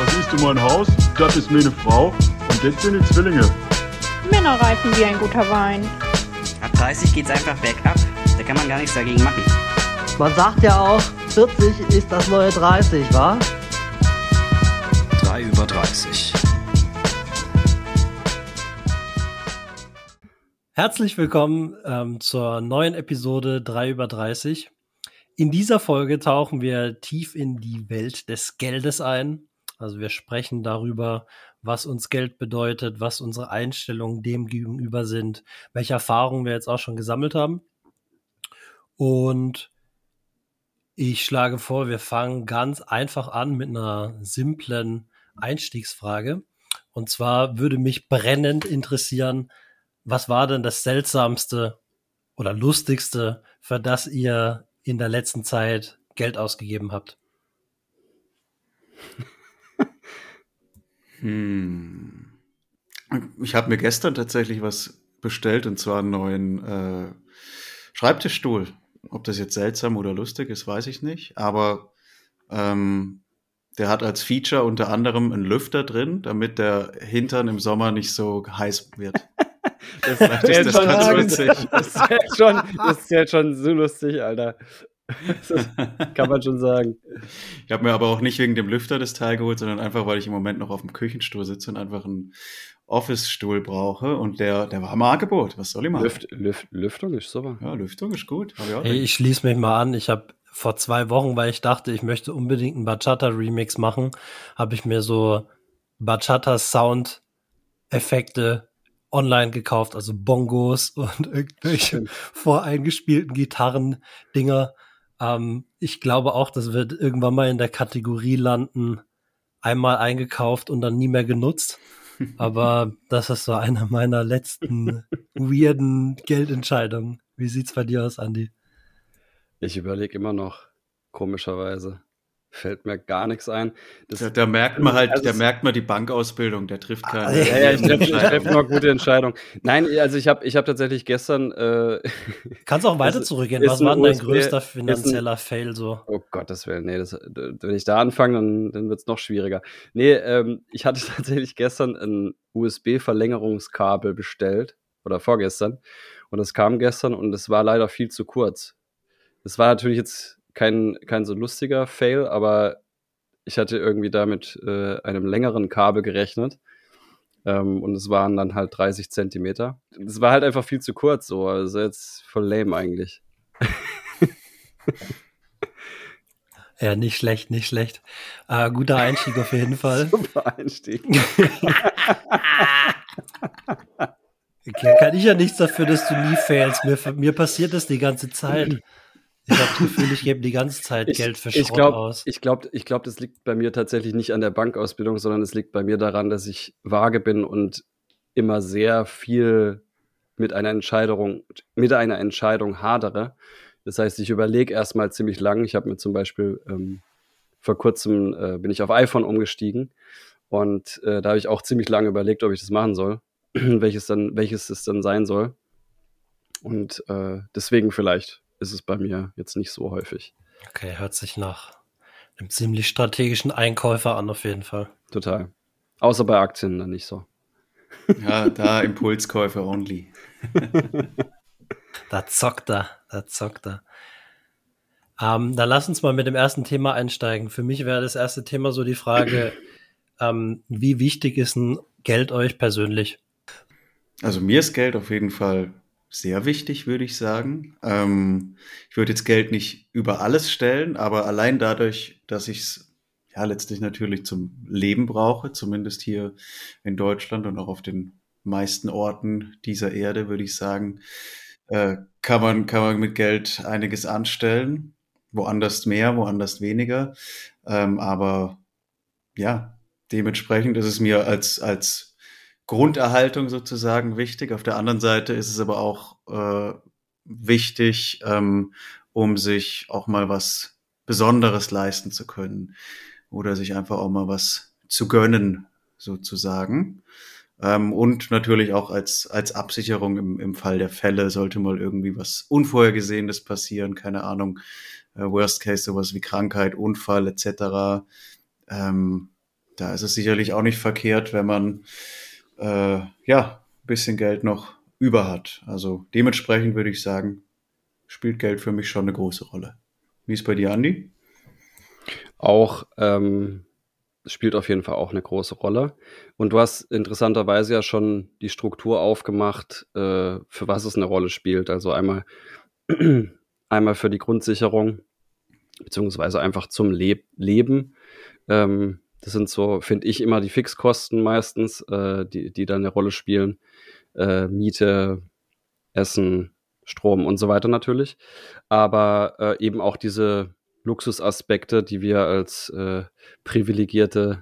Da siehst du mein Haus, das ist meine Frau und das sind die Zwillinge. Männer reifen wie ein guter Wein. Ab 30 geht's einfach bergab. Da kann man gar nichts dagegen machen. Man sagt ja auch, 40 ist das neue 30, wa? 3 über 30. Herzlich willkommen zur neuen Episode 3 über 30. In dieser Folge tauchen wir tief in die Welt des Geldes ein. Also wir sprechen darüber, was uns Geld bedeutet, was unsere Einstellungen dem gegenüber sind, welche Erfahrungen wir jetzt auch schon gesammelt haben. Und ich schlage vor, wir fangen ganz einfach an mit einer simplen Einstiegsfrage. Und zwar würde mich brennend interessieren, was war denn das Seltsamste oder Lustigste, für das ihr in der letzten Zeit Geld ausgegeben habt? Ich habe mir gestern tatsächlich was bestellt, und zwar einen neuen Schreibtischstuhl. Ob das jetzt seltsam oder lustig ist, weiß ich nicht. Aber der hat als Feature unter anderem einen Lüfter drin, damit der Hintern im Sommer nicht so heiß wird. Das ist das ganz witzig. Das ist jetzt schon so lustig, Alter. Das kann man schon sagen. Ich habe mir aber auch nicht wegen dem Lüfter das Teil geholt, sondern einfach, weil ich im Moment noch auf dem Küchenstuhl sitze und einfach einen Office-Stuhl brauche. Und der war im Angebot. Was soll ich machen? Lüftung ist super. Ja, Lüftung ist gut. Hey, ich schließe mich mal an. Ich habe vor 2 Wochen, weil ich dachte, ich möchte unbedingt einen Bachata-Remix machen, habe ich mir so Bachata-Sound-Effekte online gekauft, also Bongos und irgendwelche voreingespielten Gitarren-Dinger. Ich glaube auch, das wird irgendwann mal in der Kategorie landen, einmal eingekauft und dann nie mehr genutzt. Aber das ist so einer meiner letzten weirden Geldentscheidungen. Wie sieht's bei dir aus, Andi? Ich überlege immer noch, komischerweise. Fällt mir gar nichts ein. Da merkt man halt, merkt man die Bankausbildung, der trifft keine. Ja, ich treffe nur gute Entscheidungen. Nein, also ich hab tatsächlich gestern. Kannst auch weiter zurückgehen. Was war denn dein größter finanzieller Fail so? Oh Gottes Willen, nee, wenn ich da anfange, dann wird es noch schwieriger. Nee, ich hatte tatsächlich gestern ein USB-Verlängerungskabel bestellt oder vorgestern und es kam gestern und es war leider viel zu kurz. Das war natürlich jetzt kein so lustiger Fail, aber ich hatte irgendwie da mit einem längeren Kabel gerechnet und es waren dann halt 30 Zentimeter. Das war halt einfach viel zu kurz, so, also jetzt voll lame eigentlich. Ja, nicht schlecht, nicht schlecht. Guter Einstieg auf jeden Fall. Super Einstieg. Okay, kann ich ja nichts dafür, dass du nie failst. Mir passiert das die ganze Zeit. Ich habe das Gefühl, ich gebe die ganze Zeit Geld für Schrott aus. Ich glaube, das liegt bei mir tatsächlich nicht an der Bankausbildung, sondern es liegt bei mir daran, dass ich vage bin und immer sehr viel mit einer Entscheidung hadere. Das heißt, ich überlege erstmal ziemlich lang. Ich habe mir zum Beispiel vor kurzem bin ich auf iPhone umgestiegen und da habe ich auch ziemlich lange überlegt, ob ich das machen soll, welches es dann sein soll. Und deswegen vielleicht ist es bei mir jetzt nicht so häufig. Okay, hört sich nach einem ziemlich strategischen Einkäufer an, auf jeden Fall. Total. Außer bei Aktien dann nicht so. Ja, da Impulskäufer only. Da zockt er. Dann lass uns mal mit dem ersten Thema einsteigen. Für mich wäre das erste Thema so die Frage, wie wichtig ist ein Geld euch persönlich? Also mir ist Geld auf jeden Fall sehr wichtig, würde ich sagen. Ich würde jetzt Geld nicht über alles stellen, aber allein dadurch, dass ich es ja letztlich natürlich zum Leben brauche, zumindest hier in Deutschland und auch auf den meisten Orten dieser Erde, würde ich sagen, kann man mit Geld einiges anstellen. Woanders mehr, woanders weniger. Aber ja, dementsprechend ist es mir als Grunderhaltung sozusagen wichtig. Auf der anderen Seite ist es aber auch wichtig, um sich auch mal was Besonderes leisten zu können oder sich einfach auch mal was zu gönnen, sozusagen. Und natürlich auch als Absicherung im Fall der Fälle sollte mal irgendwie was Unvorhergesehenes passieren, keine Ahnung, Worst Case, sowas wie Krankheit, Unfall etc. da ist es sicherlich auch nicht verkehrt, wenn man ein bisschen Geld noch über hat. Also dementsprechend würde ich sagen, spielt Geld für mich schon eine große Rolle. Wie ist bei dir, Andi? Auch spielt auf jeden Fall auch eine große Rolle. Und du hast interessanterweise ja schon die Struktur aufgemacht, für was es eine Rolle spielt. Also einmal für die Grundsicherung, beziehungsweise einfach zum Leben. Das sind so, finde ich, immer die Fixkosten meistens, die da eine Rolle spielen. Miete, Essen, Strom und so weiter natürlich. Aber eben auch diese Luxusaspekte, die wir als Privilegierte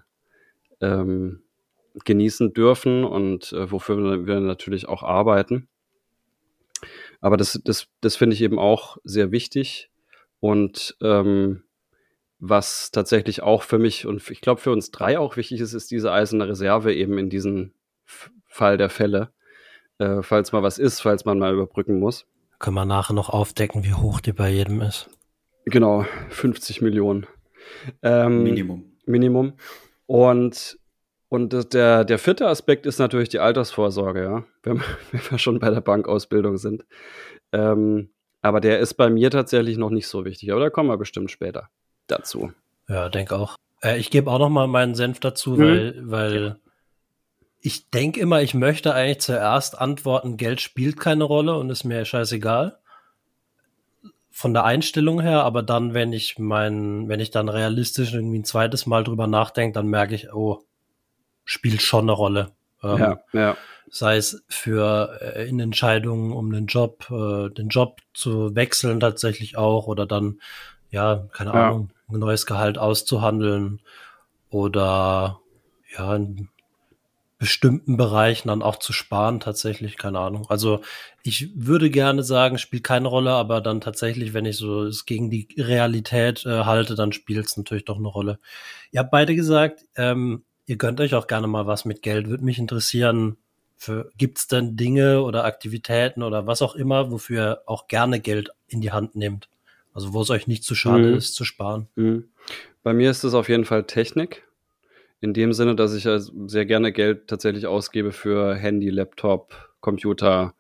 genießen dürfen und wofür wir natürlich auch arbeiten. Aber das finde ich eben auch sehr wichtig. Und was tatsächlich auch für mich und ich glaube für uns drei auch wichtig ist, ist diese eiserne Reserve eben in diesem Fall der Fälle. Falls mal was ist, falls man mal überbrücken muss. Können wir nachher noch aufdecken, wie hoch die bei jedem ist. Genau, 50 Millionen. Minimum. Und der vierte Aspekt ist natürlich die Altersvorsorge, ja, wenn wir schon bei der Bankausbildung sind. Aber der ist bei mir tatsächlich noch nicht so wichtig. Aber da kommen wir bestimmt später dazu. Ja, denke auch. Ich gebe auch noch mal meinen Senf dazu, weil ich denke immer, ich möchte eigentlich zuerst antworten, Geld spielt keine Rolle und ist mir scheißegal. Von der Einstellung her, aber dann, wenn ich dann realistisch irgendwie ein zweites Mal drüber nachdenke, dann merke ich, oh, spielt schon eine Rolle. Ja. Sei es für in Entscheidungen um den Job zu wechseln tatsächlich auch oder dann, keine Ahnung, ein neues Gehalt auszuhandeln oder in bestimmten Bereichen dann auch zu sparen tatsächlich, keine Ahnung. Also ich würde gerne sagen, spielt keine Rolle, aber dann tatsächlich, wenn ich so es gegen die Realität halte, dann spielt es natürlich doch eine Rolle. Ihr habt beide gesagt, ihr gönnt euch auch gerne mal was mit Geld. Würde mich interessieren, gibt's denn Dinge oder Aktivitäten oder was auch immer, wofür ihr auch gerne Geld in die Hand nehmt? Also wo es euch nicht zu schade ist, zu sparen. Bei mir ist es auf jeden Fall Technik. In dem Sinne, dass ich sehr gerne Geld tatsächlich ausgebe für Handy, Laptop, Computer.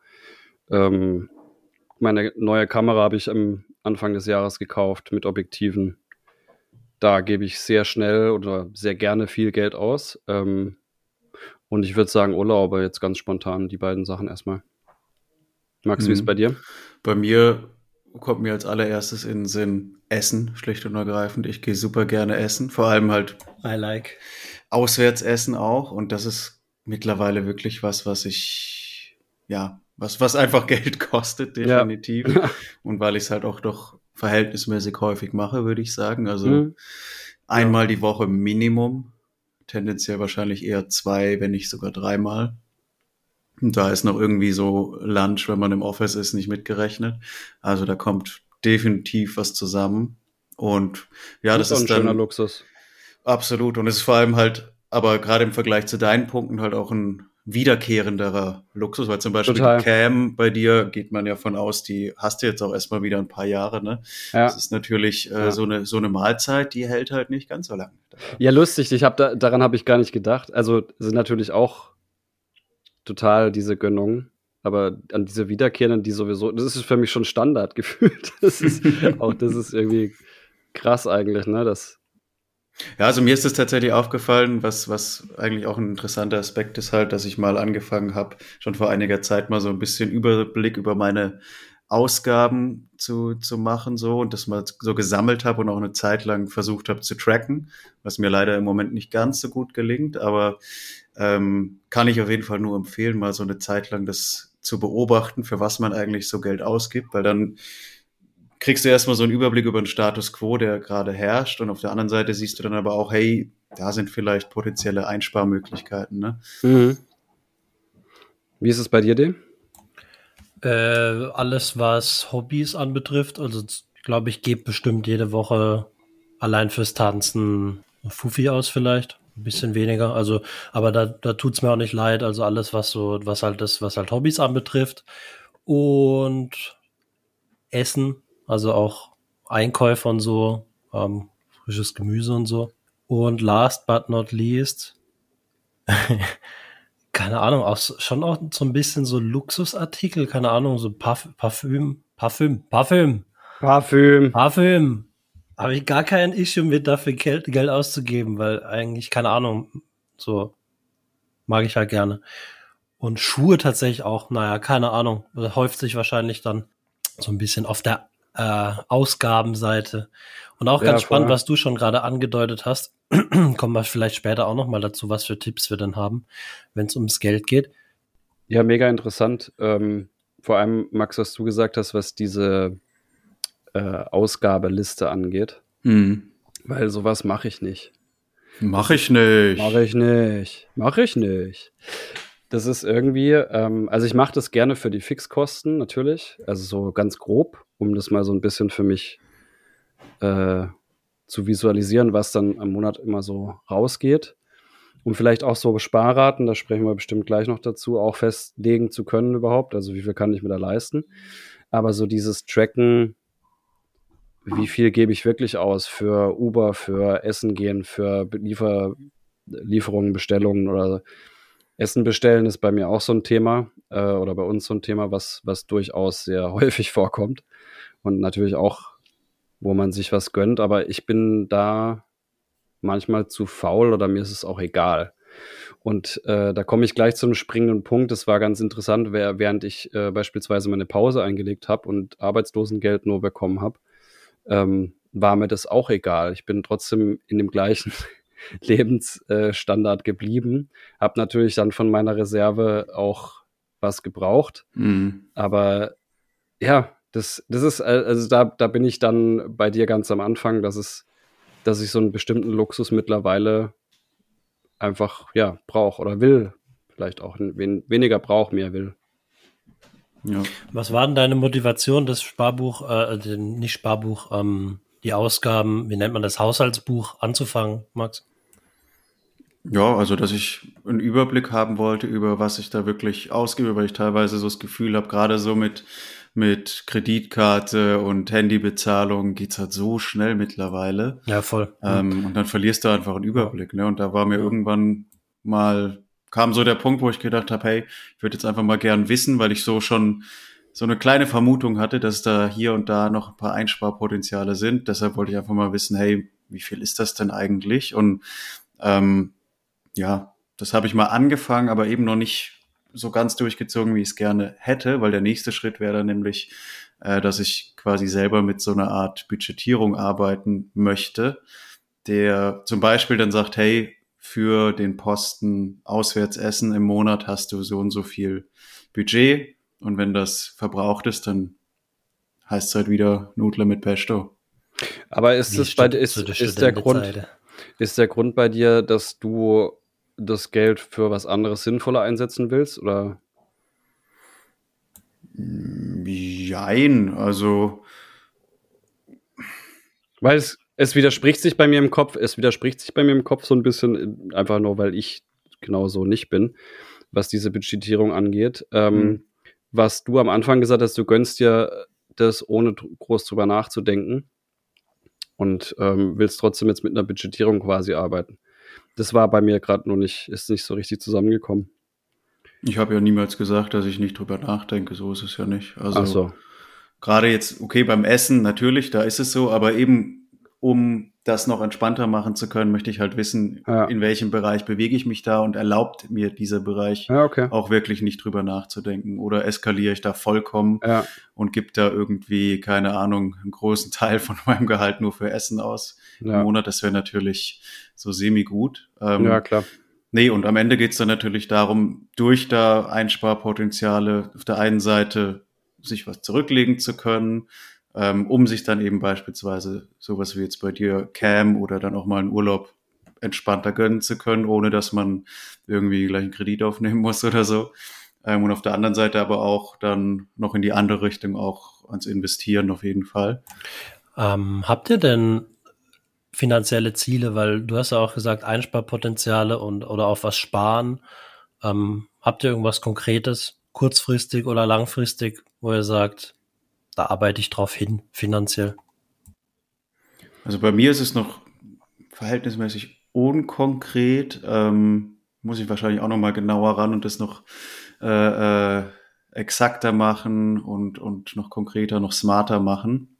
Meine neue Kamera habe ich am Anfang des Jahres gekauft mit Objektiven. Da gebe ich sehr schnell oder sehr gerne viel Geld aus. Und ich würde sagen Urlaube jetzt ganz spontan, die beiden Sachen erstmal. Max, wie ist es bei dir? Bei mir kommt mir als allererstes in den Sinn Essen, schlicht und ergreifend. Ich gehe super gerne essen, vor allem halt auswärts essen auch. Und das ist mittlerweile wirklich was ich, was einfach Geld kostet, definitiv. Ja. Und weil ich es halt auch doch verhältnismäßig häufig mache, würde ich sagen. Also einmal die Woche Minimum, tendenziell wahrscheinlich eher 2, wenn nicht sogar 3-mal. Und da ist noch irgendwie so Lunch, wenn man im Office ist, nicht mitgerechnet. Also da kommt definitiv was zusammen. Und das ist dann ein schöner Luxus. Absolut. Und es ist vor allem halt, aber gerade im Vergleich zu deinen Punkten halt auch ein wiederkehrenderer Luxus, weil zum Beispiel die Cam bei dir geht man ja von aus, die hast du jetzt auch erstmal wieder ein paar Jahre, ne? Ja. Das ist natürlich so eine Mahlzeit, die hält halt nicht ganz so lange. Ja, lustig, daran habe ich gar nicht gedacht. Also sind natürlich auch total diese Gönnungen, aber an diese wiederkehrenden, die sowieso, das ist für mich schon Standard gefühlt. Das ist irgendwie krass eigentlich, ne? Ja, also mir ist es tatsächlich aufgefallen, was eigentlich auch ein interessanter Aspekt ist halt, dass ich mal angefangen habe, schon vor einiger Zeit mal so ein bisschen Überblick über meine Ausgaben zu machen so und das mal so gesammelt habe und auch eine Zeit lang versucht habe zu tracken, was mir leider im Moment nicht ganz so gut gelingt, aber kann ich auf jeden Fall nur empfehlen, mal so eine Zeit lang das zu beobachten, für was man eigentlich so Geld ausgibt, weil dann kriegst du erstmal so einen Überblick über den Status quo, der gerade herrscht und auf der anderen Seite siehst du dann aber auch, hey, da sind vielleicht potenzielle Einsparmöglichkeiten, ne? Mhm. Wie ist es bei dir, Dem? Alles, was Hobbys anbetrifft, also ich glaube, ich gebe bestimmt jede Woche allein fürs Tanzen Fuffi aus vielleicht, ein bisschen weniger, also, aber da tut's mir auch nicht leid, also alles, was halt Hobbys anbetrifft und Essen, also auch Einkäufe und so, frisches Gemüse und so, Und last but not least, keine Ahnung, schon auch so ein bisschen so Luxusartikel, keine Ahnung, so Parfüm. Habe ich gar kein Issue mit, dafür Geld auszugeben, weil eigentlich, keine Ahnung, so mag ich halt gerne. Und Schuhe tatsächlich auch, naja, keine Ahnung, das häuft sich wahrscheinlich dann so ein bisschen auf der Ausgabenseite. Und auch ganz spannend, was du schon gerade angedeutet hast, kommen wir vielleicht später auch nochmal dazu, was für Tipps wir denn haben, wenn es ums Geld geht. Ja, mega interessant. Vor allem, Max, was du gesagt hast, was diese Ausgabeliste angeht. Weil sowas mache ich nicht. Mach ich nicht. Das ist irgendwie, also ich mache das gerne für die Fixkosten natürlich, also so ganz grob, um das mal so ein bisschen für mich zu visualisieren, was dann am Monat immer so rausgeht. Um vielleicht auch so Sparraten, da sprechen wir bestimmt gleich noch dazu, auch festlegen zu können überhaupt, also wie viel kann ich mir da leisten. Aber so dieses Tracken, wie viel gebe ich wirklich aus für Uber, für Essen gehen, für Lieferungen, Bestellungen oder Essen bestellen ist bei mir auch so ein Thema oder bei uns so ein Thema, was durchaus sehr häufig vorkommt und natürlich auch, wo man sich was gönnt, aber ich bin da manchmal zu faul oder mir ist es auch egal. Und da komme ich gleich zu einem springenden Punkt. Das war ganz interessant, während ich beispielsweise meine Pause eingelegt habe und Arbeitslosengeld nur bekommen habe, war mir das auch egal. Ich bin trotzdem in dem gleichen Lebensstandard geblieben. Habe natürlich dann von meiner Reserve auch was gebraucht. Aber ja, das ist, also da bin ich dann bei dir ganz am Anfang, dass ich so einen bestimmten Luxus mittlerweile einfach, ja, brauche oder will. Vielleicht auch weniger brauche, mehr will. Ja. Was war denn deine Motivation, das Sparbuch, die Ausgaben, wie nennt man das, Haushaltsbuch anzufangen, Max? Ja, also dass ich einen Überblick haben wollte über was ich da wirklich ausgebe, weil ich teilweise so das Gefühl habe, gerade so mit Kreditkarte und Handybezahlung geht's halt so schnell mittlerweile. Ja, voll. Und dann verlierst du einfach einen Überblick, ne? Und da war mir irgendwann kam so der Punkt, wo ich gedacht habe, hey, ich würde jetzt einfach mal gern wissen, weil ich so schon so eine kleine Vermutung hatte, dass da hier und da noch ein paar Einsparpotenziale sind. Deshalb wollte ich einfach mal wissen, hey, wie viel ist das denn eigentlich? Und ja, das habe ich mal angefangen, aber eben noch nicht so ganz durchgezogen, wie ich es gerne hätte, weil der nächste Schritt wäre dann nämlich, dass ich quasi selber mit so einer Art Budgetierung arbeiten möchte, der zum Beispiel dann sagt, hey, für den Posten Auswärtsessen im Monat hast du so und so viel Budget und wenn das verbraucht ist, dann heißt es halt wieder Nudler mit Pesto. Aber ist der Grund bei dir, dass du das Geld für was anderes sinnvoller einsetzen willst, oder? Jein, also weil es widerspricht sich bei mir im Kopf so ein bisschen, einfach nur, weil ich genauso nicht bin, was diese Budgetierung angeht. Was du am Anfang gesagt hast, du gönnst dir das, ohne groß drüber nachzudenken und willst trotzdem jetzt mit einer Budgetierung quasi arbeiten. Das war bei mir gerade ist nicht so richtig zusammengekommen. Ich habe ja niemals gesagt, dass ich nicht drüber nachdenke, so ist es ja nicht. Also ach so. Gerade jetzt, okay, beim Essen natürlich, da ist es so, aber eben um das noch entspannter machen zu können, möchte ich halt wissen, in welchem Bereich bewege ich mich da und erlaubt mir dieser Bereich auch wirklich nicht drüber nachzudenken oder eskaliere ich da vollkommen und gebe da irgendwie, keine Ahnung, einen großen Teil von meinem Gehalt nur für Essen aus im Monat. Das wäre natürlich so semi-gut. Ja, klar. Nee, und am Ende geht's dann natürlich darum, durch da Einsparpotenziale auf der einen Seite sich was zurücklegen zu können, um sich dann eben beispielsweise sowas wie jetzt bei dir Cam oder dann auch mal einen Urlaub entspannter gönnen zu können, ohne dass man irgendwie gleich einen Kredit aufnehmen muss oder so. Und auf der anderen Seite aber auch dann noch in die andere Richtung auch ans Investieren auf jeden Fall. Habt ihr denn finanzielle Ziele, weil du hast ja auch gesagt, Einsparpotenziale oder auf was sparen. Habt ihr irgendwas Konkretes, kurzfristig oder langfristig, wo ihr sagt, da arbeite ich drauf hin, finanziell? Also bei mir ist es noch verhältnismäßig unkonkret. Muss ich wahrscheinlich auch noch mal genauer ran und das noch exakter machen und noch konkreter, noch smarter machen.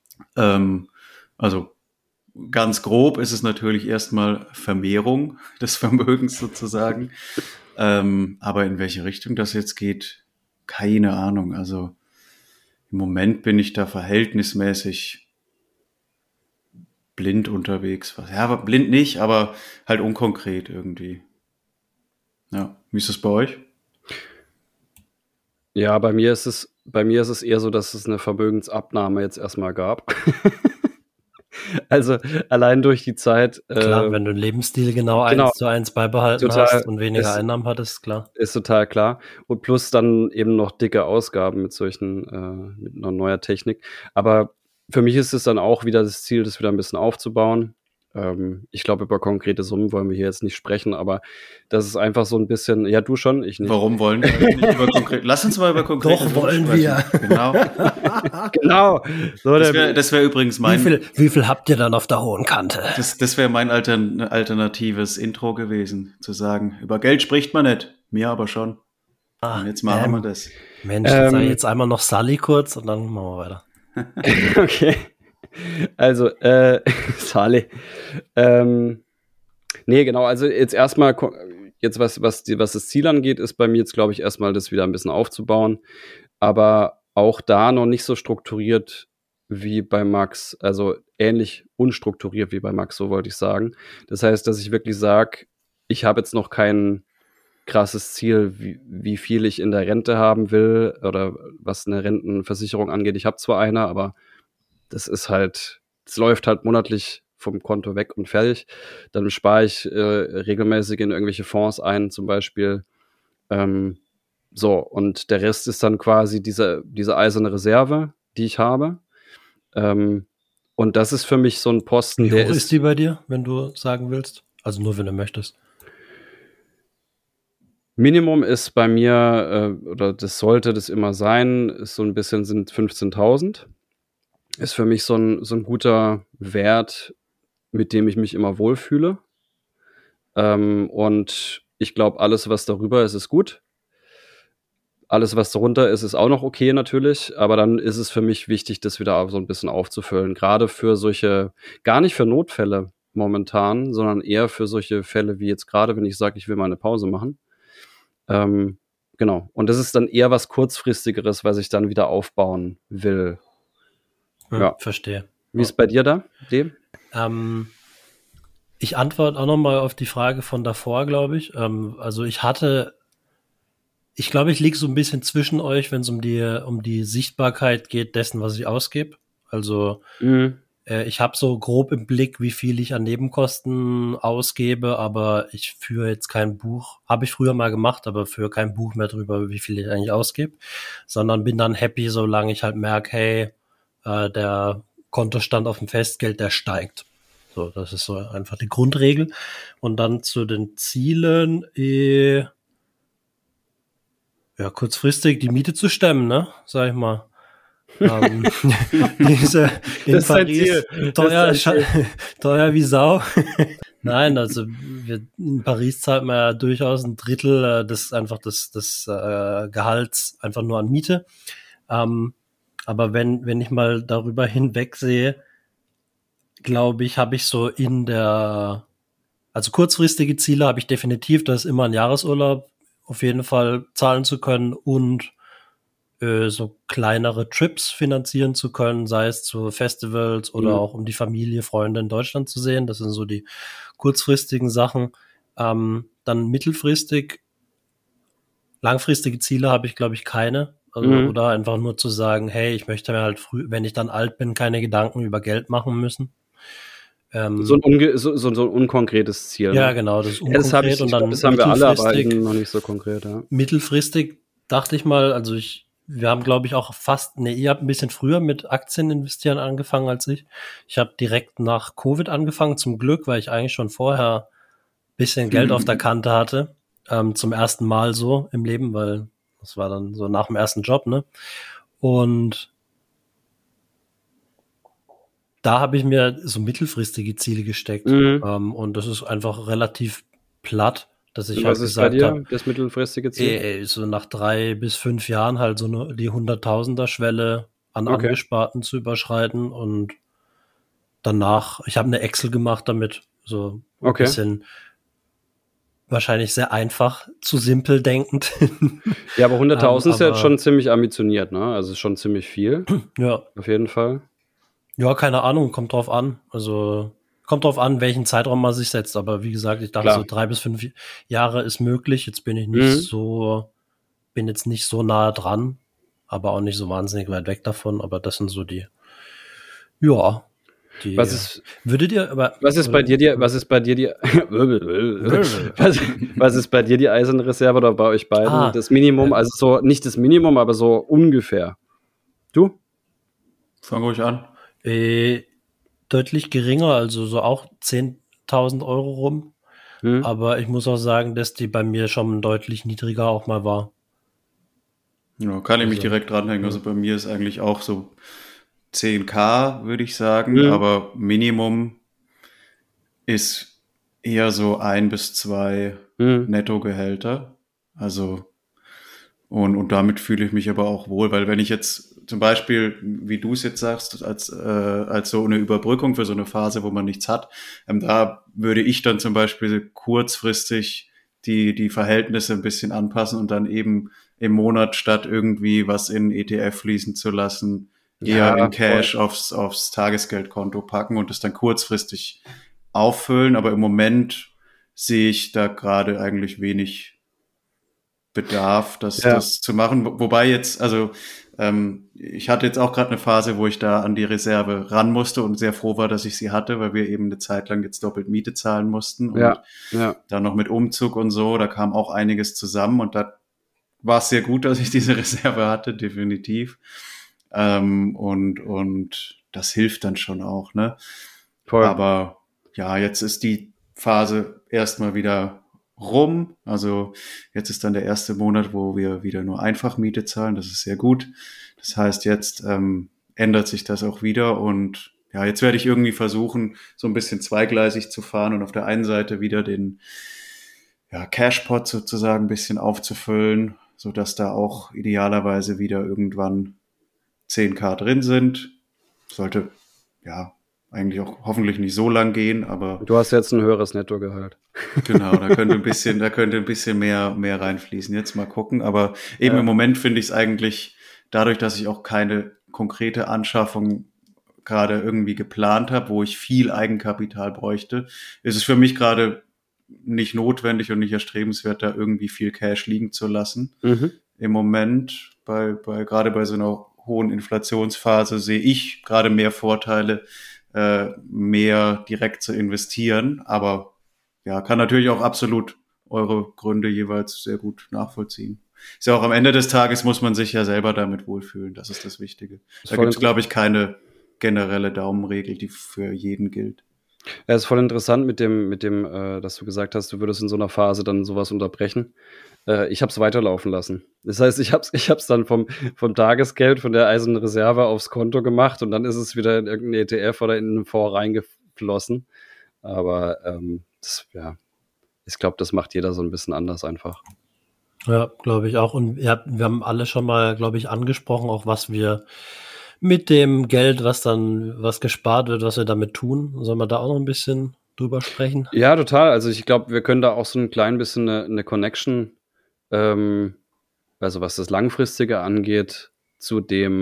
Also ganz grob ist es natürlich erstmal Vermehrung des Vermögens sozusagen. Aber in welche Richtung das jetzt geht, keine Ahnung. Also im Moment bin ich da verhältnismäßig blind unterwegs. Ja, aber blind nicht, aber halt unkonkret irgendwie. Ja, wie ist das bei euch? Ja, bei mir ist es eher so, dass es eine Vermögensabnahme jetzt erstmal gab. Also allein durch die Zeit. Klar, wenn du einen Lebensstil genau 1:1 beibehalten hast und weniger Einnahmen hattest, klar. Ist total klar. Und plus dann eben noch dicke Ausgaben mit mit einer neuer Technik. Aber für mich ist es dann auch wieder das Ziel, das wieder ein bisschen aufzubauen. Ich glaube, über konkrete Summen wollen wir hier jetzt nicht sprechen, aber das ist einfach so ein bisschen, ja, du schon, ich nicht. Warum wollen wir nicht über konkret? Lass uns mal über konkrete Summen sprechen. Doch, wollen wir. Genau. Genau. So, das wär übrigens mein... Wie viel habt ihr dann auf der hohen Kante? Das wäre mein alternatives Intro gewesen, zu sagen, über Geld spricht man nicht, mir aber schon. Und jetzt machen wir das. Mensch, jetzt einmal noch Sully kurz und dann machen wir weiter. Okay. Also, Saleh. Nee, genau, also jetzt erstmal, was das Ziel angeht, ist bei mir jetzt, glaube ich, erstmal das wieder ein bisschen aufzubauen. Aber auch da noch nicht so strukturiert wie bei Max, also ähnlich unstrukturiert wie bei Max, so wollte ich sagen. Das heißt, dass ich wirklich sage, ich habe jetzt noch kein krasses Ziel, wie viel ich in der Rente haben will oder was eine Rentenversicherung angeht. Ich habe zwar eine, aber das läuft halt monatlich vom Konto weg und fertig. Dann spare ich regelmäßig in irgendwelche Fonds ein, zum Beispiel. Und der Rest ist dann quasi diese eiserne Reserve, die ich habe. Und das ist für mich so ein Posten, Wie hoch ist die bei dir, wenn du sagen willst? Also nur, wenn du möchtest. Minimum ist bei mir, oder das sollte das immer sein, ist so ein bisschen sind 15.000. Ist für mich so ein guter Wert, mit dem ich mich immer wohlfühle. Und ich glaube, alles, was darüber ist, ist gut. Alles, was darunter ist, ist auch noch okay natürlich. Aber dann ist es für mich wichtig, das wieder so ein bisschen aufzufüllen. Gerade für solche, gar nicht für Notfälle momentan, sondern eher für solche Fälle wie jetzt gerade, wenn ich sage, ich will mal eine Pause machen. Genau. Und das ist dann eher was Kurzfristigeres, was ich dann wieder aufbauen will. Ja, verstehe. Wie ist es bei dir da, Dem? Ich antworte auch noch mal auf die Frage von davor, glaube ich. Also ich glaube, ich liege so ein bisschen zwischen euch, wenn es um die Sichtbarkeit geht dessen, was ich ausgebe. Also ich habe so grob im Blick, wie viel ich an Nebenkosten ausgebe, aber ich führe jetzt kein Buch, habe ich früher mal gemacht, aber führe kein Buch mehr drüber, wie viel ich eigentlich ausgebe, sondern bin dann happy, solange ich halt merke, hey, der Kontostand auf dem Festgeld, der steigt. So, das ist so einfach die Grundregel. Und dann zu den Zielen, kurzfristig die Miete zu stemmen, ne, sag ich mal. In Paris teuer wie Sau. Nein, also in Paris zahlt man ja durchaus ein Drittel des Gehalts einfach nur an Miete. Aber wenn ich mal darüber hinweg sehe, glaube ich, habe ich so also kurzfristige Ziele habe ich definitiv, das ist immer ein Jahresurlaub auf jeden Fall zahlen zu können und so kleinere Trips finanzieren zu können, sei es zu Festivals oder auch um die Familie, Freunde in Deutschland zu sehen. Das sind so die kurzfristigen Sachen. Dann mittelfristig, langfristige Ziele habe ich, glaube ich, keine. Also, oder einfach nur zu sagen, hey, ich möchte mir halt wenn ich dann alt bin, keine Gedanken über Geld machen müssen. So ein unkonkretes Ziel. Ja, genau, das ist unkonkret. Das haben wir alle, aber noch nicht so konkret. Ja. Mittelfristig dachte ich mal, also wir haben, glaube ich, auch ihr habt ein bisschen früher mit Aktien investieren angefangen als ich. Ich habe direkt nach Covid angefangen, zum Glück, weil ich eigentlich schon vorher ein bisschen Geld auf der Kante hatte. Zum ersten Mal so im Leben, weil das war dann so nach dem ersten Job, ne? Und da habe ich mir so mittelfristige Ziele gesteckt. Und das ist einfach relativ platt, dass ich halt gesagt habe, das mittelfristige Ziel? So nach 3 bis 5 Jahren halt so die 100.000er-Schwelle an Angesparten zu überschreiten und danach, ich habe eine Excel gemacht damit, so ein bisschen wahrscheinlich sehr einfach, zu simpel denkend. Ja, aber 100.000 ist ja jetzt schon ziemlich ambitioniert, ne? Also ist schon ziemlich viel. Ja. Auf jeden Fall. Ja, keine Ahnung, kommt drauf an. Also kommt drauf an, welchen Zeitraum man sich setzt. Aber wie gesagt, ich dachte so 3 bis 5 Jahre ist möglich. Jetzt bin ich bin jetzt nicht so nah dran, aber auch nicht so wahnsinnig weit weg davon. Aber das sind so die, was ist bei dir die eiserne Reserve oder bei euch beiden das Minimum? Also so nicht das Minimum, aber so ungefähr. Du? Fang ruhig an. Deutlich geringer, also so auch 10.000 Euro rum. Aber ich muss auch sagen, dass die bei mir schon deutlich niedriger auch mal war. Ja, kann ich mich direkt dranhängen. Also bei mir ist eigentlich auch so 10.000, würde ich sagen, aber Minimum ist eher so 1 bis 2 Nettogehälter. Also und damit fühle ich mich aber auch wohl, weil wenn ich jetzt zum Beispiel, wie du es jetzt sagst, als so eine Überbrückung für so eine Phase, wo man nichts hat, da würde ich dann zum Beispiel kurzfristig die Verhältnisse ein bisschen anpassen und dann eben im Monat statt irgendwie was in ETF fließen zu lassen, eher in Cash aufs Tagesgeldkonto packen und es dann kurzfristig auffüllen. Aber im Moment sehe ich da gerade eigentlich wenig Bedarf, das zu machen. Wobei jetzt, also ich hatte jetzt auch gerade eine Phase, wo ich da an die Reserve ran musste und sehr froh war, dass ich sie hatte, weil wir eben eine Zeit lang jetzt doppelt Miete zahlen mussten und dann noch mit Umzug und so, da kam auch einiges zusammen und da war es sehr gut, dass ich diese Reserve hatte, definitiv. Und das hilft dann schon auch, ne? Voll. Aber ja, jetzt ist die Phase erstmal wieder rum. Also jetzt ist dann der erste Monat, wo wir wieder nur Einfachmiete zahlen. Das ist sehr gut. Das heißt, jetzt ändert sich das auch wieder und ja, jetzt werde ich irgendwie versuchen, so ein bisschen zweigleisig zu fahren und auf der einen Seite wieder den Cashpot sozusagen ein bisschen aufzufüllen, so dass da auch idealerweise wieder irgendwann 10.000 drin sind. Sollte eigentlich auch hoffentlich nicht so lang gehen, aber du hast jetzt ein höheres Nettogehalt. Genau, da könnte ein bisschen mehr reinfließen. Jetzt mal gucken, aber eben im Moment finde ich es eigentlich dadurch, dass ich auch keine konkrete Anschaffung gerade irgendwie geplant habe, wo ich viel Eigenkapital bräuchte, ist es für mich gerade nicht notwendig und nicht erstrebenswert, da irgendwie viel Cash liegen zu lassen. Im Moment, gerade bei so einer hohen Inflationsphase, sehe ich gerade mehr Vorteile, mehr direkt zu investieren, aber kann natürlich auch absolut eure Gründe jeweils sehr gut nachvollziehen. Ist ja auch am Ende des Tages muss man sich ja selber damit wohlfühlen, das ist das Wichtige. Da gibt es, glaube ich, keine generelle Daumenregel, die für jeden gilt. Ja, ist voll interessant mit dem, dass du gesagt hast, du würdest in so einer Phase dann sowas unterbrechen. Ich habe es weiterlaufen lassen. Das heißt, ich hab's dann vom Tagesgeld, von der eisernen Reserve aufs Konto gemacht und dann ist es wieder in irgendeinen ETF oder in einen Fonds reingeflossen. Aber ich glaube, das macht jeder so ein bisschen anders einfach. Ja, glaube ich auch. Und wir haben alle schon mal, glaube ich, angesprochen, auch was wir mit dem Geld, was gespart wird, was wir damit tun. Sollen wir da auch noch ein bisschen drüber sprechen? Ja, total. Also ich glaube, wir können da auch so ein klein bisschen eine Connection, also was das Langfristige angeht, zu der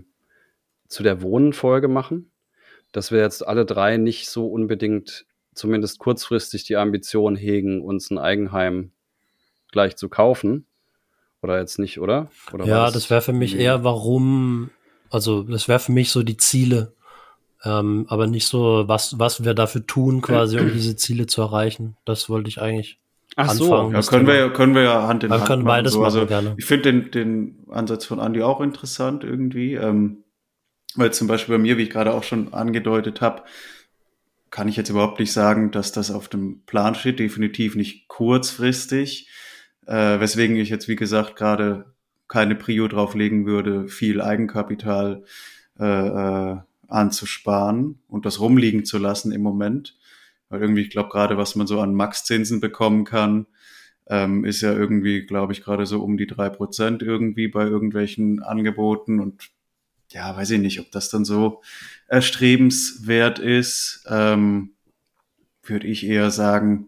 Wohnen-Folge machen. Dass wir jetzt alle drei nicht so unbedingt, zumindest kurzfristig, die Ambition hegen, uns ein Eigenheim gleich zu kaufen. Oder jetzt nicht, oder? Ja, das wäre für mich eher, das wäre für mich so die Ziele, aber nicht so, was wir dafür tun, quasi, um diese Ziele zu erreichen. Das wollte ich eigentlich anfangen. Ja, können wir ja Hand in Hand können beides machen, also gerne. Ich finde den Ansatz von Andi auch interessant irgendwie, weil zum Beispiel bei mir, wie ich gerade auch schon angedeutet habe, kann ich jetzt überhaupt nicht sagen, dass das auf dem Plan steht, definitiv nicht kurzfristig, weswegen ich jetzt, wie gesagt, gerade keine Prio drauflegen würde, viel Eigenkapital anzusparen und das rumliegen zu lassen im Moment. Weil irgendwie, ich glaube, gerade was man so an Max-Zinsen bekommen kann, ist ja irgendwie, glaube ich, gerade so um die 3% irgendwie bei irgendwelchen Angeboten. Und ja, weiß ich nicht, ob das dann so erstrebenswert ist. Würde ich eher sagen,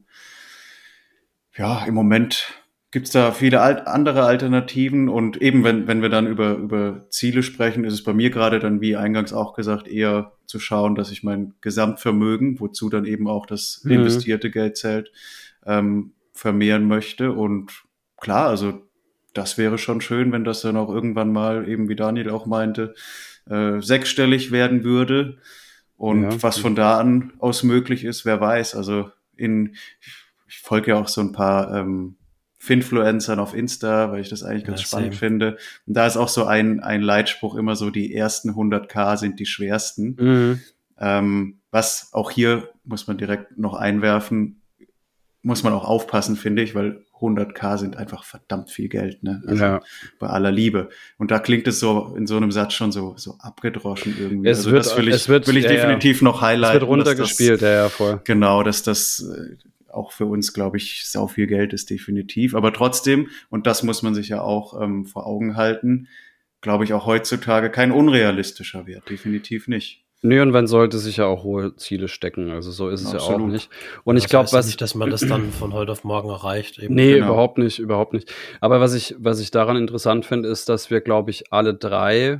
ja, im Moment gibt's da viele andere Alternativen. Und eben, wenn wir dann über Ziele sprechen, ist es bei mir gerade dann, wie eingangs auch gesagt, eher zu schauen, dass ich mein Gesamtvermögen, wozu dann eben auch das investierte Geld zählt, vermehren möchte. Und klar, also das wäre schon schön, wenn das dann auch irgendwann mal, eben wie Daniel auch meinte, sechsstellig werden würde. Und was von da an aus möglich ist, wer weiß. Also ich folge ja auch so ein paar Finfluencern auf Insta, weil ich das eigentlich ganz spannend finde. Und da ist auch so ein Leitspruch immer so, die ersten 100.000 sind die schwersten. Was auch hier, muss man direkt noch einwerfen, muss man auch aufpassen, finde ich, weil 100.000 sind einfach verdammt viel Geld, ne? Also bei aller Liebe. Und da klingt es so in so einem Satz schon so abgedroschen irgendwie. Das will ich definitiv noch highlighten. Es wird runtergespielt, voll. Genau, dass das auch für uns, glaube ich, sau viel Geld ist, definitiv. Aber trotzdem, und das muss man sich ja auch vor Augen halten, glaube ich, auch heutzutage kein unrealistischer Wert. Definitiv nicht. Nö, und man sollte sich ja auch hohe Ziele stecken. Also so ist es ja auch nicht. Und ich glaube, nicht, dass man das dann von heute auf morgen erreicht. Eben. Nee, genau. Überhaupt nicht. Aber was ich daran interessant finde, ist, dass wir, glaube ich, alle drei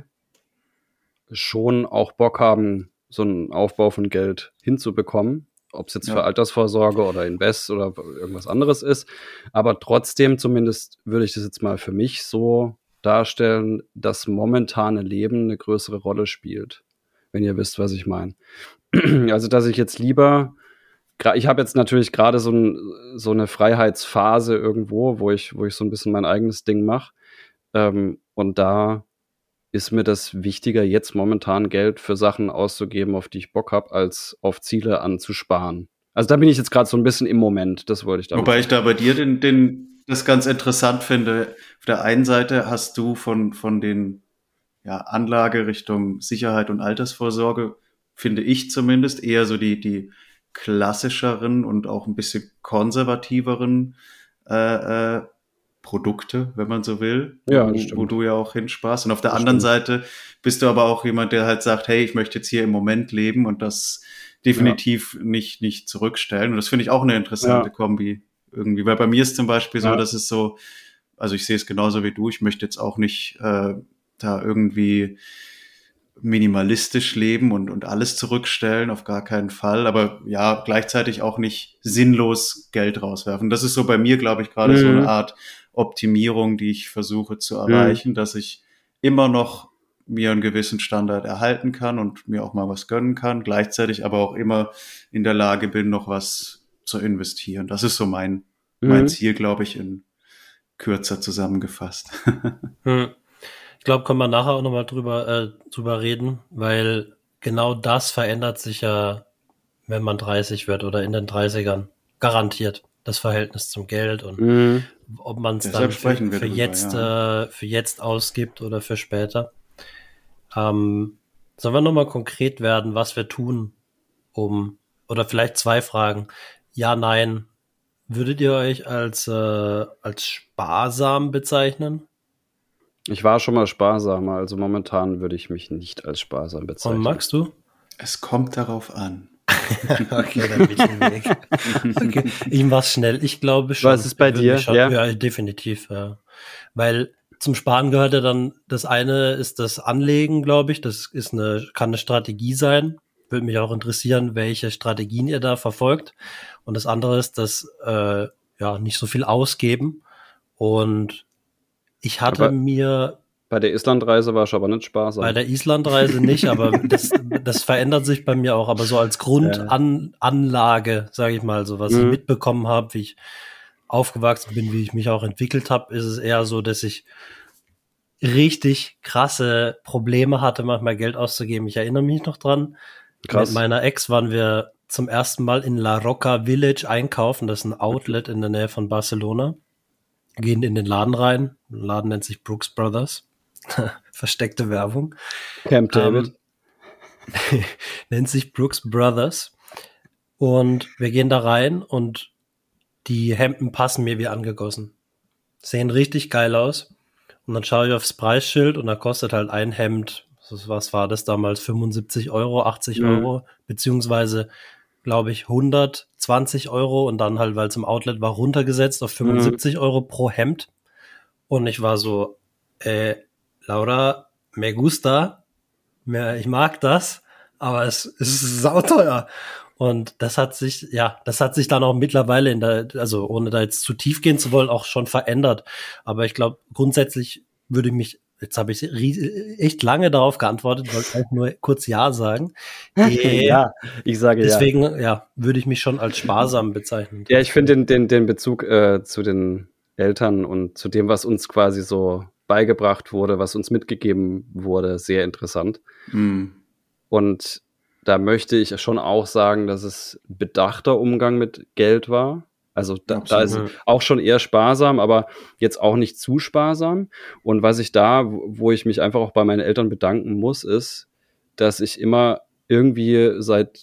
schon auch Bock haben, so einen Aufbau von Geld hinzubekommen. Ob es jetzt für Altersvorsorge oder Invest oder irgendwas anderes ist. Aber trotzdem, zumindest würde ich das jetzt mal für mich so darstellen, dass momentane Leben eine größere Rolle spielt. Wenn ihr wisst, was ich meine. Also, dass ich jetzt lieber, ich habe jetzt natürlich gerade so eine Freiheitsphase irgendwo, wo ich so ein bisschen mein eigenes Ding mache. Und da ist mir das wichtiger, jetzt momentan Geld für Sachen auszugeben, auf die ich Bock habe, als auf Ziele anzusparen. Also da bin ich jetzt gerade so ein bisschen im Moment, das wollte ich damit sagen. Ich da bei dir das ganz interessant finde. Auf der einen Seite hast du von den Anlage Richtung Sicherheit und Altersvorsorge, finde ich zumindest, eher so die klassischeren und auch ein bisschen konservativeren Produkte, wenn man so will, wo du ja auch hinsparst. Und auf der anderen Seite bist du aber auch jemand, der halt sagt, hey, ich möchte jetzt hier im Moment leben und das definitiv nicht zurückstellen. Und das finde ich auch eine interessante Kombi irgendwie, weil bei mir ist zum Beispiel so, dass es so, also ich sehe es genauso wie du, ich möchte jetzt auch nicht da irgendwie minimalistisch leben und alles zurückstellen, auf gar keinen Fall, aber ja, gleichzeitig auch nicht sinnlos Geld rauswerfen. Das ist so bei mir, glaube ich, gerade so eine Art Optimierung, die ich versuche zu erreichen, dass ich immer noch mir einen gewissen Standard erhalten kann und mir auch mal was gönnen kann, gleichzeitig aber auch immer in der Lage bin, noch was zu investieren. Das ist so mein Ziel, glaube ich, in kürzer zusammengefasst. Ich glaube, können wir nachher auch nochmal drüber reden, weil genau das verändert sich ja, wenn man 30 wird oder in den 30ern. Garantiert. Das Verhältnis zum Geld und ob man es dann für jetzt ausgibt oder für später. Sollen wir nochmal konkret werden, was wir tun, oder vielleicht 2 Fragen. Ja, nein. Würdet ihr euch als sparsam bezeichnen? Ich war schon mal sparsamer, also momentan würde ich mich nicht als sparsam bezeichnen. Und magst du? Es kommt darauf an. Okay, dann bin ich im Weg. Okay. Ich mach's schnell. Ich glaube schon. Was ist bei dir? Ja, definitiv. Ja. Weil zum Sparen gehört ja dann, das eine ist das Anlegen, glaube ich. Das ist kann eine Strategie sein. Würde mich auch interessieren, welche Strategien ihr da verfolgt. Und das andere ist das nicht so viel ausgeben. Und ich hatte bei der Islandreise war ich aber nicht sparsam. Bei der Islandreise nicht, aber das verändert sich bei mir auch. Aber so als Grundanlage, sage ich mal, so was ich mitbekommen habe, wie ich aufgewachsen bin, wie ich mich auch entwickelt habe, ist es eher so, dass ich richtig krasse Probleme hatte, manchmal Geld auszugeben. Ich erinnere mich noch dran. Krass. Mit meiner Ex waren wir zum ersten Mal in La Roca Village einkaufen. Das ist ein Outlet in der Nähe von Barcelona. Gehen in den Laden rein. Der Laden nennt sich Brooks Brothers. Versteckte Werbung. Camp David. nennt sich Brooks Brothers. Und wir gehen da rein und die Hemden passen mir wie angegossen. Sehen richtig geil aus. Und dann schaue ich aufs Preisschild und da kostet halt ein Hemd, was war das damals, 75 Euro, 80 Euro, beziehungsweise, glaube ich, 120 Euro und dann halt, weil es im Outlet war, runtergesetzt auf 75 Euro pro Hemd. Und ich war so, Laura, me gusta, ich mag das, aber es ist sauteuer. Und das hat sich dann auch mittlerweile also ohne da jetzt zu tief gehen zu wollen, auch schon verändert. Aber ich glaube, grundsätzlich würde ich mich, jetzt habe ich echt lange darauf geantwortet, wollte eigentlich nur kurz Ja sagen. Ja, ich sage deswegen, würde ich mich schon als sparsam bezeichnen. Ja, ich finde den Bezug zu den Eltern und zu dem, was uns quasi so beigebracht wurde, was uns mitgegeben wurde, sehr interessant. Und da möchte ich schon auch sagen, dass es bedachter Umgang mit Geld war. Also da ist auch schon eher sparsam, aber jetzt auch nicht zu sparsam. Und was ich wo ich mich einfach auch bei meinen Eltern bedanken muss, ist, dass ich immer irgendwie seit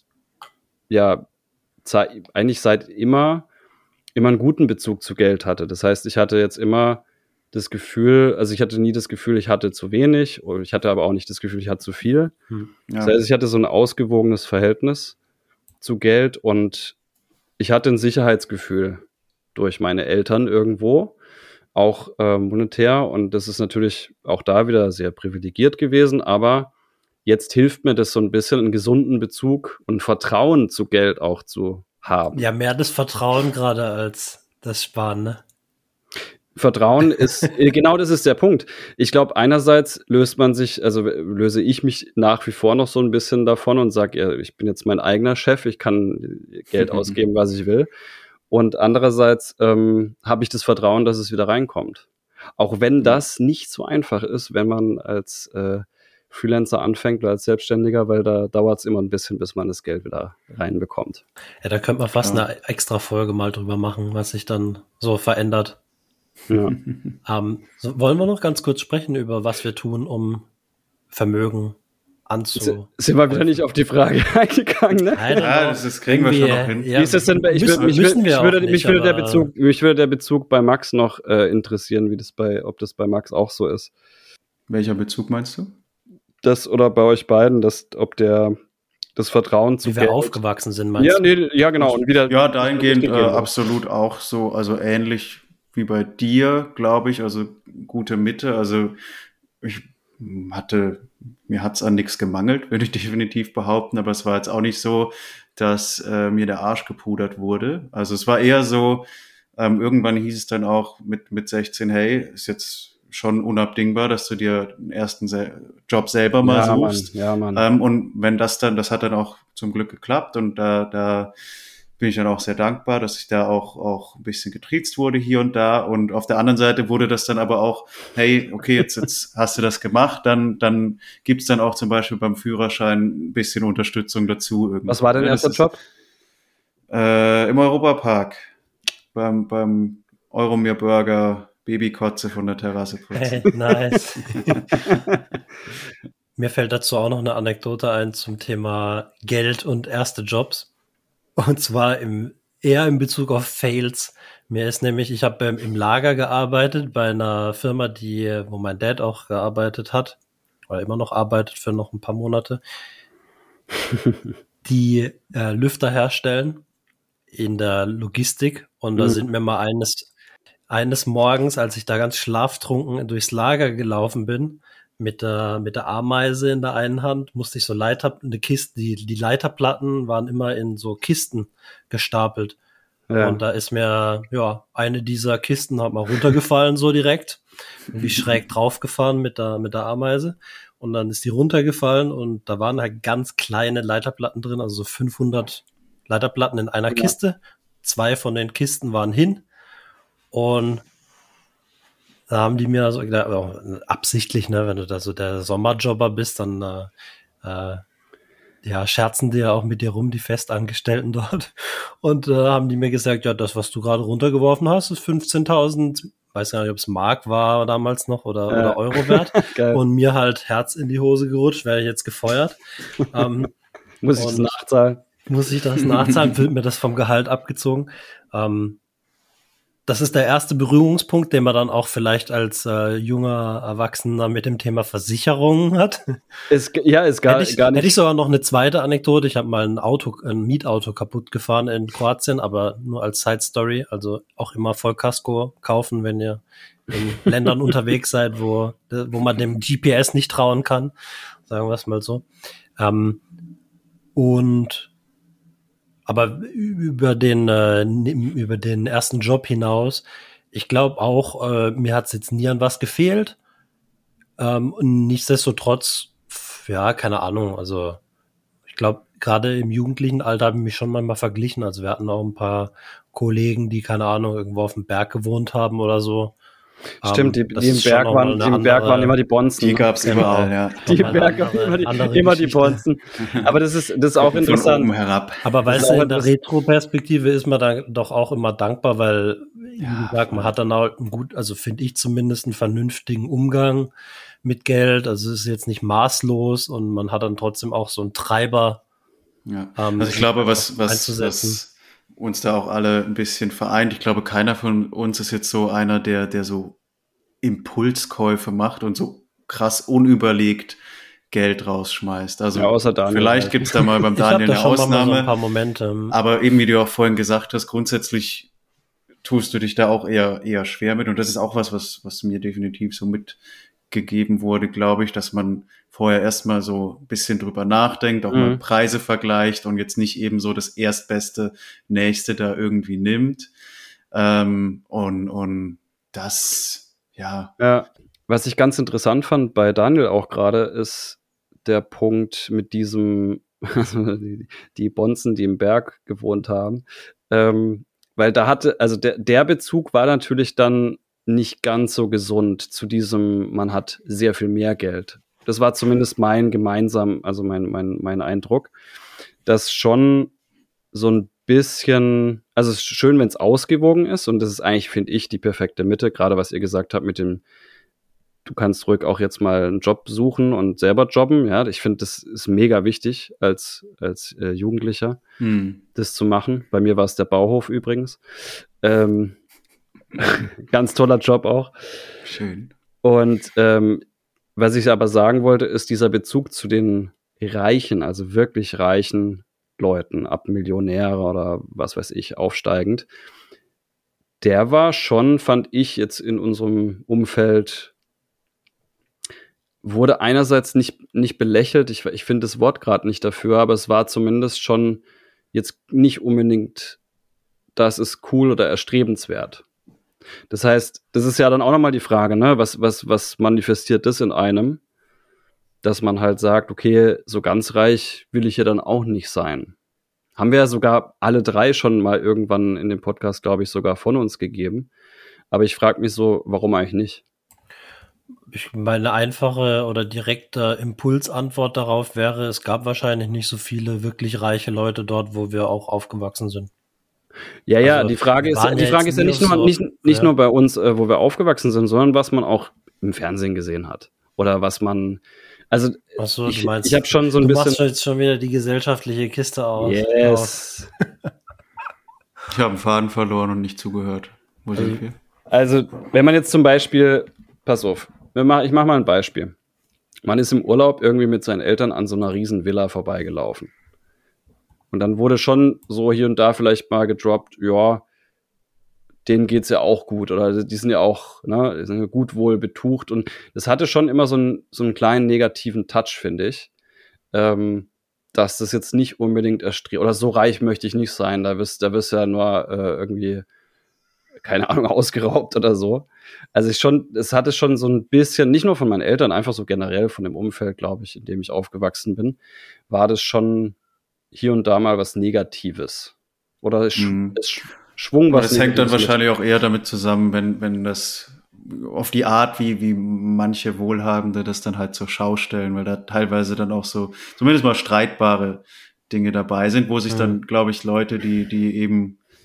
immer einen guten Bezug zu Geld hatte. Das heißt, ich hatte jetzt immer das Gefühl, also ich hatte nie das Gefühl, ich hatte zu wenig, oder ich hatte aber auch nicht das Gefühl, ich hatte zu viel. Das heißt, ich hatte so ein ausgewogenes Verhältnis zu Geld und ich hatte ein Sicherheitsgefühl durch meine Eltern irgendwo, auch monetär, und das ist natürlich auch da wieder sehr privilegiert gewesen, aber jetzt hilft mir das so ein bisschen, einen gesunden Bezug und Vertrauen zu Geld auch zu haben. Ja, mehr das Vertrauen gerade als das Sparen, ne? Vertrauen ist, genau das ist der Punkt. Ich glaube, einerseits löse ich mich nach wie vor noch so ein bisschen davon und sage, ich bin jetzt mein eigener Chef, ich kann Geld ausgeben, was ich will. Und andererseits habe ich das Vertrauen, dass es wieder reinkommt. Auch wenn das nicht so einfach ist, wenn man als Freelancer anfängt oder als Selbstständiger, weil da dauert es immer ein bisschen, bis man das Geld wieder reinbekommt. Ja, da könnte man fast eine extra Folge mal drüber machen, was sich dann so verändert. Ja. Wollen wir noch ganz kurz sprechen über was wir tun, um Vermögen Sind wir wieder nicht auf die Frage eingegangen, ne? Das kriegen wir schon noch hin. Ja, wie ist das denn mich würde der Bezug bei Max noch interessieren, ob das bei Max auch so ist. Welcher Bezug meinst du? Das oder bei euch beiden, das Vertrauen zu Geld. Wie wir aufgewachsen sind, meinst du? Ja, genau. Und wieder dahingehend absolut auch so, also ähnlich wie bei dir, glaube ich, also gute Mitte. Also mir hat's an nichts gemangelt, würde ich definitiv behaupten, aber es war jetzt auch nicht so, dass mir der Arsch gepudert wurde. Also es war eher so, irgendwann hieß es dann auch mit 16, hey, ist jetzt schon unabdingbar, dass du dir den ersten Job selber mal suchst. Mann. Und wenn das hat dann auch zum Glück geklappt und da bin ich dann auch sehr dankbar, dass ich da auch ein bisschen getriezt wurde hier und da. Und auf der anderen Seite wurde das dann aber auch, hey, okay, jetzt hast du das gemacht, dann gibt's dann auch zum Beispiel beim Führerschein ein bisschen Unterstützung dazu. Irgendwie. Was war dein erster Job? Im Europapark. Beim Euromir Burger Babykotze von der Terrasse putzen. Hey, nice. Mir fällt dazu auch noch eine Anekdote ein zum Thema Geld und erste Jobs. Und zwar eher in Bezug auf Fails. Ich habe im Lager gearbeitet bei einer Firma, wo mein Dad auch gearbeitet hat, oder immer noch arbeitet für noch ein paar Monate, die Lüfter herstellen in der Logistik. Und da sind mir mal eines Morgens, als ich da ganz schlaftrunken durchs Lager gelaufen bin, mit der Ameise in der einen Hand, musste ich so eine Kiste, die Leiterplatten waren immer in so Kisten gestapelt. Ja. Und da ist mir, eine dieser Kisten hat mal runtergefallen so direkt, wie schräg draufgefahren mit der Ameise. Und dann ist die runtergefallen und da waren halt ganz kleine Leiterplatten drin, also so 500 Leiterplatten in einer Kiste. 2 von den Kisten waren hin und da haben die mir so gedacht, absichtlich, ne, wenn du da so der Sommerjobber bist, dann scherzen die ja auch mit dir rum, die Festangestellten dort. Und haben die mir gesagt, ja, das, was du gerade runtergeworfen hast, ist 15.000 weiß gar nicht, ob es Mark war damals noch oder Euro wert. Und mir halt Herz in die Hose gerutscht, wäre ich jetzt gefeuert. Muss ich das nachzahlen? Muss ich das nachzahlen? Wird mir das vom Gehalt abgezogen? Das ist der erste Berührungspunkt, den man dann auch vielleicht als junger Erwachsener mit dem Thema Versicherungen hat. Hätte ich sogar noch eine zweite Anekdote. Ich habe mal ein Mietauto kaputt gefahren in Kroatien, aber nur als Side Story. Also auch immer Vollkasko kaufen, wenn ihr in Ländern unterwegs seid, wo man dem GPS nicht trauen kann. Sagen wir es mal so. Aber über den ersten Job hinaus, ich glaube auch, mir hat es jetzt nie an was gefehlt. Nichtsdestotrotz, ja, keine Ahnung, also ich glaube, gerade im jugendlichen Alter habe ich mich schon mal verglichen. Also wir hatten auch ein paar Kollegen, die, keine Ahnung, irgendwo auf dem Berg gewohnt haben oder so. Stimmt, die im Berg waren immer die Bonzen. Die gab es überall, ja. Die im Berg waren immer die Bonzen. Aber das ist auch interessant. Von oben herab. Aber weißt du, in der Retro-Perspektive ist man dann doch auch immer dankbar, weil, wie gesagt, man hat dann auch also finde ich zumindest einen vernünftigen Umgang mit Geld. Also es ist jetzt nicht maßlos und man hat dann trotzdem auch so einen Treiber. Ja. Also ich glaube, was uns da auch alle ein bisschen vereint. Ich glaube, keiner von uns ist jetzt so einer, der so Impulskäufe macht und so krass unüberlegt Geld rausschmeißt. Also ja, außer Daniel vielleicht gibt's da mal beim Daniel eine Ausnahme. So ein paar Momente. Aber eben, wie du auch vorhin gesagt hast, grundsätzlich tust du dich da auch eher schwer mit. Und das ist auch was mir definitiv so mitgegeben wurde, glaube ich, dass man vorher erstmal so ein bisschen drüber nachdenkt, auch mal Preise vergleicht und jetzt nicht eben so das erstbeste Nächste da irgendwie nimmt. Und das, ja. Was ich ganz interessant fand bei Daniel auch gerade, ist der Punkt mit diesem, also die Bonzen, die im Berg gewohnt haben. Weil der Bezug war natürlich dann nicht ganz so gesund zu diesem, man hat sehr viel mehr Geld. Das war zumindest mein Eindruck, dass schon so ein bisschen, also es ist schön, wenn es ausgewogen ist und das ist eigentlich, finde ich, die perfekte Mitte, gerade was ihr gesagt habt mit dem, du kannst ruhig auch jetzt mal einen Job suchen und selber jobben, ja, ich finde, das ist mega wichtig als Jugendlicher, das zu machen. Bei mir war es der Bauhof übrigens. Ganz toller Job auch. Schön. Und was ich aber sagen wollte, ist dieser Bezug zu den reichen, also wirklich reichen Leuten, ab Millionäre oder was weiß ich, aufsteigend. Der war schon, fand ich jetzt in unserem Umfeld, wurde einerseits nicht belächelt, ich finde das Wort gerade nicht dafür, aber es war zumindest schon jetzt nicht unbedingt, das ist cool oder erstrebenswert. Das heißt, das ist ja dann auch nochmal die Frage, ne? Was manifestiert das in einem, dass man halt sagt, okay, so ganz reich will ich ja dann auch nicht sein. Haben wir ja sogar alle drei schon mal irgendwann in dem Podcast, glaube ich, sogar von uns gegeben. Aber ich frage mich so, warum eigentlich nicht? Meine einfache oder direkte Impulsantwort darauf wäre, es gab wahrscheinlich nicht so viele wirklich reiche Leute dort, wo wir auch aufgewachsen sind. Ja, also, die Frage ist ja nicht nur bei uns, wo wir aufgewachsen sind, sondern was man auch im Fernsehen gesehen hat. Oder was man, also so, ich habe schon so ein bisschen... Du machst jetzt schon wieder die gesellschaftliche Kiste auf. Yes. Ich habe einen Faden verloren und nicht zugehört. Also, wenn man jetzt zum Beispiel, pass auf, ich mach mal ein Beispiel. Man ist im Urlaub irgendwie mit seinen Eltern an so einer riesen Villa vorbeigelaufen. Und dann wurde schon so hier und da vielleicht mal gedroppt, ja, denen geht's ja auch gut oder die sind ja auch, ne, die sind ja gut wohl betucht und das hatte schon immer so einen kleinen negativen Touch, finde ich, dass das jetzt nicht unbedingt oder so reich möchte ich nicht sein, da wirst ja nur irgendwie, keine Ahnung, ausgeraubt oder so. Also es hatte schon so ein bisschen, nicht nur von meinen Eltern, einfach so generell von dem Umfeld, glaube ich, in dem ich aufgewachsen bin, war das schon hier und da mal was Negatives. Oder es schwung was. Das hängt dann wahrscheinlich auch eher damit zusammen, wenn das auf die Art, wie manche Wohlhabende das dann halt zur Schau stellen, weil da teilweise dann auch so, zumindest mal streitbare Dinge dabei sind, wo sich dann, glaube ich, Leute, die eben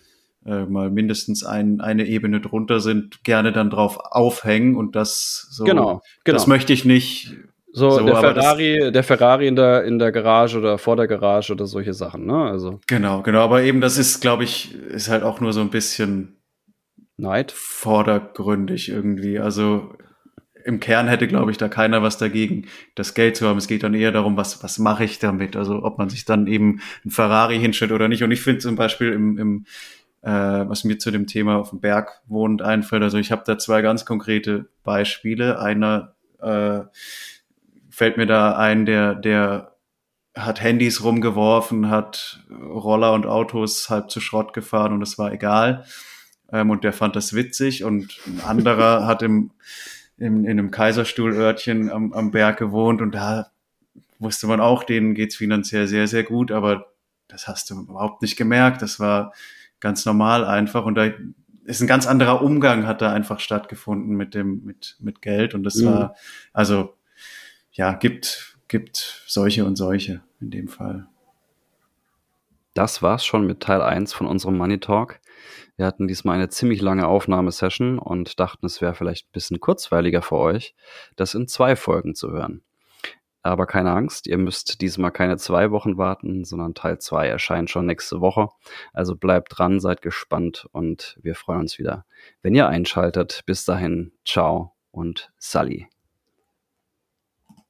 mal mindestens eine Ebene drunter sind, gerne dann drauf aufhängen und das so. Genau. Das möchte ich nicht. So, aber der Ferrari in der Garage oder vor der Garage oder solche Sachen, ne? Also Genau. Aber eben, das ist, glaube ich, ist halt auch nur so ein bisschen Neid. vordergründig irgendwie. Also im Kern hätte, glaube ich, da keiner was dagegen, das Geld zu haben. Es geht dann eher darum, was mache ich damit? Also ob man sich dann eben ein Ferrari hinstellt oder nicht. Und ich finde zum Beispiel was mir zu dem Thema auf dem Berg wohnend einfällt, also ich habe da 2 ganz konkrete Beispiele. Einer fällt mir da ein, der hat Handys rumgeworfen, hat Roller und Autos halb zu Schrott gefahren und es war egal. Und der fand das witzig. Und ein anderer hat in einem Kaiserstuhlörtchen am Berg gewohnt und da wusste man auch, denen geht's finanziell sehr, sehr gut, aber das hast du überhaupt nicht gemerkt. Das war ganz normal einfach und da ist ein ganz anderer Umgang hat da einfach stattgefunden mit Geld und das war, also ja, gibt solche und solche in dem Fall. Das war's schon mit Teil 1 von unserem Money Talk. Wir hatten diesmal eine ziemlich lange Aufnahmesession und dachten, es wäre vielleicht ein bisschen kurzweiliger für euch, das in 2 Folgen zu hören. Aber keine Angst, ihr müsst diesmal keine 2 Wochen warten, sondern Teil 2 erscheint schon nächste Woche. Also bleibt dran, seid gespannt und wir freuen uns wieder, wenn ihr einschaltet. Bis dahin, ciao und Sally.